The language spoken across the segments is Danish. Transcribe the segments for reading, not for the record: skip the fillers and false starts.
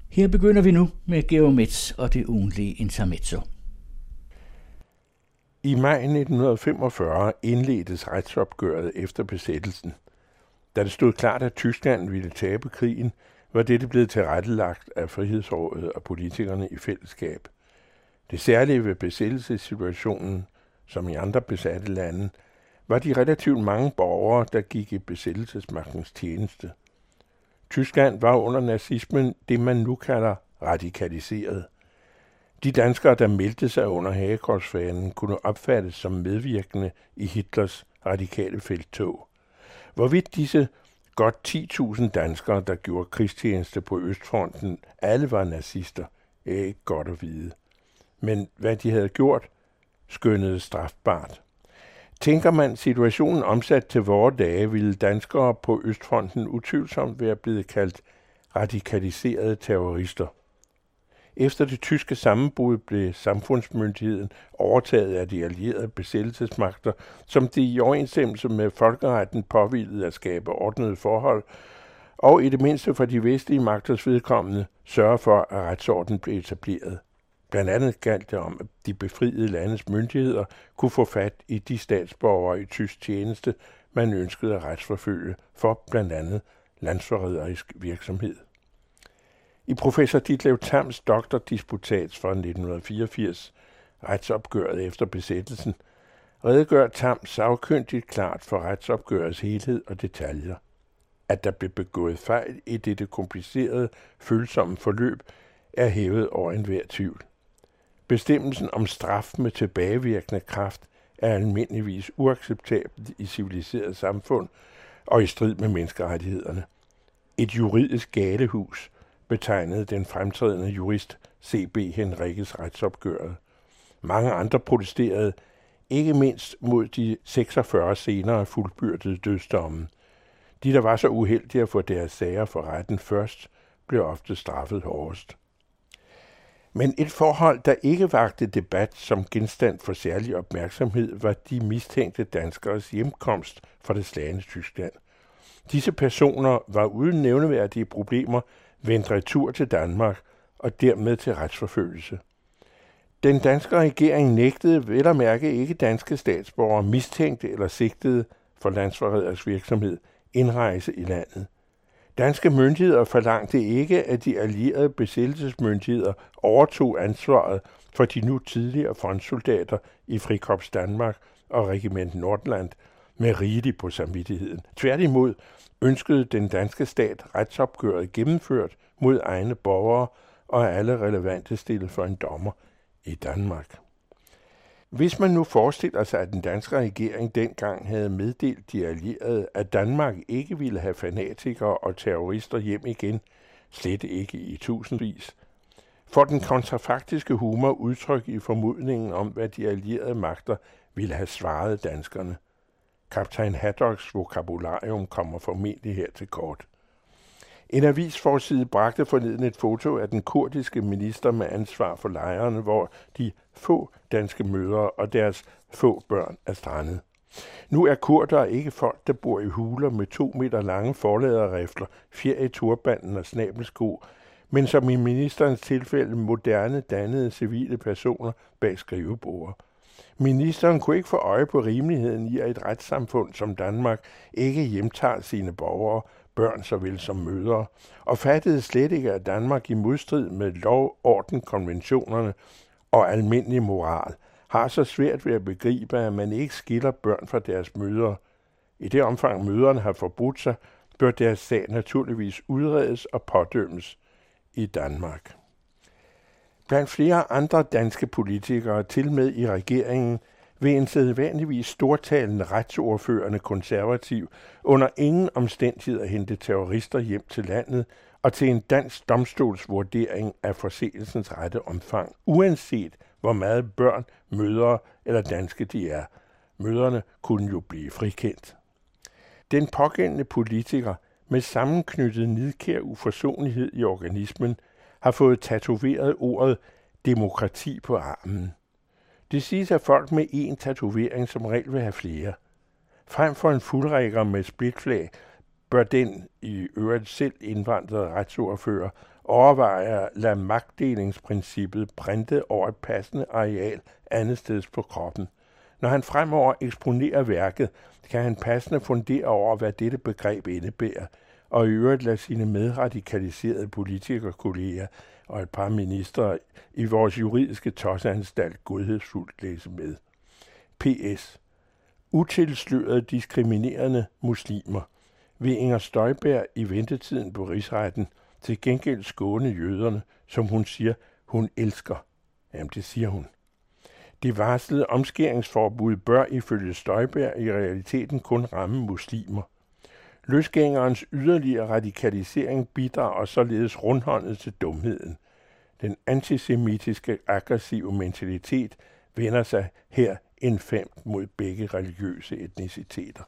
Her begynder vi nu med Georg Metz og det ugentlige intermezzo. I maj 1945 indledtes retsopgøret efter besættelsen. Da det stod klart, at Tyskland ville tabe krigen, var dette blevet tilrettelagt af Frihedsrådet og politikerne i fællesskab. Det særlige ved besættelsessituationen, som i andre besatte lande, var de relativt mange borgere, der gik i besættelsesmagtens tjeneste. Tyskland var under nazismen det, man nu kalder radikaliseret. De danskere, der meldte sig under hagekorsfanen, kunne opfattes som medvirkende i Hitlers radikale felttog. Hvorvidt disse godt 10.000 danskere, der gjorde krigstjeneste på Østfronten, alle var nazister, er ikke godt at vide. Men hvad de havde gjort, skønnede strafbart. Tænker man situationen omsat til vore dage, ville danskere på Østfronten utvivlsomt være blevet kaldt radikaliserede terrorister. Efter det tyske sammenbrud blev samfundsmyndigheden overtaget af de allierede besættelsesmagter, som de i overensstemmelse med folkeretten påhvilede at skabe ordnede forhold, og i det mindste for de vestlige magters vedkommende sørge for, at retsordenen blev etableret. Blandt andet galt det om, at de befriede landes myndigheder kunne få fat i de statsborgere i tysk tjeneste, man ønskede at retsforfølge for blandt andet landsforræderisk virksomhed. I professor Ditlev Tams doktordisputats fra 1984, retsopgøret efter besættelsen, redegør Tam sagkyndigt klart for retsopgørets helhed og detaljer. At der blev begået fejl i dette komplicerede, følsomme forløb, er hævet over enhver tvivl. Bestemmelsen om straf med tilbagevirkende kraft er almindeligvis uacceptabelt i civiliseret samfund og i strid med menneskerettighederne. Et juridisk galehus, betegnede den fremtrædende jurist C.B. Henriques retsopgøret. Mange andre protesterede, ikke mindst mod de 46 senere fuldbyrdede dødsdomme. De, der var så uheldige at få deres sager for retten først, blev ofte straffet hårdest. Men et forhold, der ikke vagte debat som genstand for særlig opmærksomhed, var de mistænkte danskeres hjemkomst fra det slagne Tyskland. Disse personer var uden nævneværdige problemer vendt retur til Danmark og dermed til retsforfølgelse. Den danske regering nægtede vel at mærke ikke danske statsborgere mistænkte eller sigtede for landsforræderisk virksomhed indrejse i landet. Danske myndigheder forlangte ikke, at de allierede besættelsesmyndigheder overtog ansvaret for de nu tidligere frontsoldater i Frikorps Danmark og Regiment Nordland med rigeligt på samvittigheden. Tværtimod ønskede den danske stat retsopgøret gennemført mod egne borgere og alle relevante stillet for en dommer i Danmark. Hvis man nu forestiller sig, at den danske regering dengang havde meddelt de allierede, at Danmark ikke ville have fanatikere og terrorister hjem igen, slet ikke i tusindvis, får den kontrafaktiske humor udtryk i formodningen om, hvad de allierede magter ville have svaret danskerne. Kaptajn Haddocks vokabularium kommer formentlig her til kort. En avisforside bragte forleden et foto af den kurdiske minister med ansvar for lejrene, hvor de få danske mødre og deres få børn er strandet. Nu er kurdere ikke folk, der bor i huler med 2 meter lange forlæderrifler, fjer i turbanden og snabelsko, men som i ministerens tilfælde moderne, dannede civile personer bag skriveborde. Ministeren kunne ikke få øje på rimeligheden i, at et retssamfund som Danmark ikke hjemtager sine borgere, børn såvel som mødre, og fattede slet ikke, at Danmark i modstrid med lov, orden, konventionerne og almindelig moral har så svært ved at begribe, at man ikke skiller børn fra deres mødre. I det omfang mødrene har forbrudt sig, bør deres sag naturligvis udredes og pådømmes i Danmark. Blandt flere andre danske politikere, til med i regeringen, vil en sædvanligvis stortalende retsordførende konservativ under ingen omstændigheder hente terrorister hjem til landet og til en dansk domstolsvurdering af forseelsens rette omfang, uanset hvor meget børn, mødre eller danske de er. Mødrene kunne jo blive frikendt. Den pågældende politiker med sammenknyttet nidkær uforsonlighed i organismen har fået tatoveret ordet demokrati på armen. Det siges, at folk med én tatovering som regel vil have flere. Frem for en fuldrækker med splitflag bør den i øvrigt selv indvandrede retsordfører overveje at lade magtdelingsprincippet printe over et passende areal andetsteds på kroppen. Når han fremover eksponerer værket, kan han passende fundere over, hvad dette begreb indebærer, og i øvrigt lade sine medradikaliserede politikerkolleger og et par ministre i vores juridiske tosseanstalt godhedsfuldt læse med. P.S. Utilslørede diskriminerende muslimer vil Inger Støjberg i ventetiden på rigsretten til gengæld skåne jøderne, som hun siger, hun elsker. Jamen, det siger hun. Det varslede omskæringsforbud bør ifølge Støjberg i realiteten kun ramme muslimer. Løsgængerens yderligere radikalisering bidrager således rundhåndet til dumheden. Den antisemitiske aggressive mentalitet vender sig her infamt mod begge religiøse etniciteter.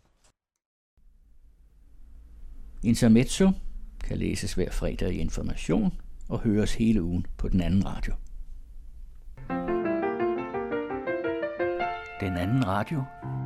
Intermezzo kan læses hver fredag i Information og høres hele ugen på den anden radio. Den anden radio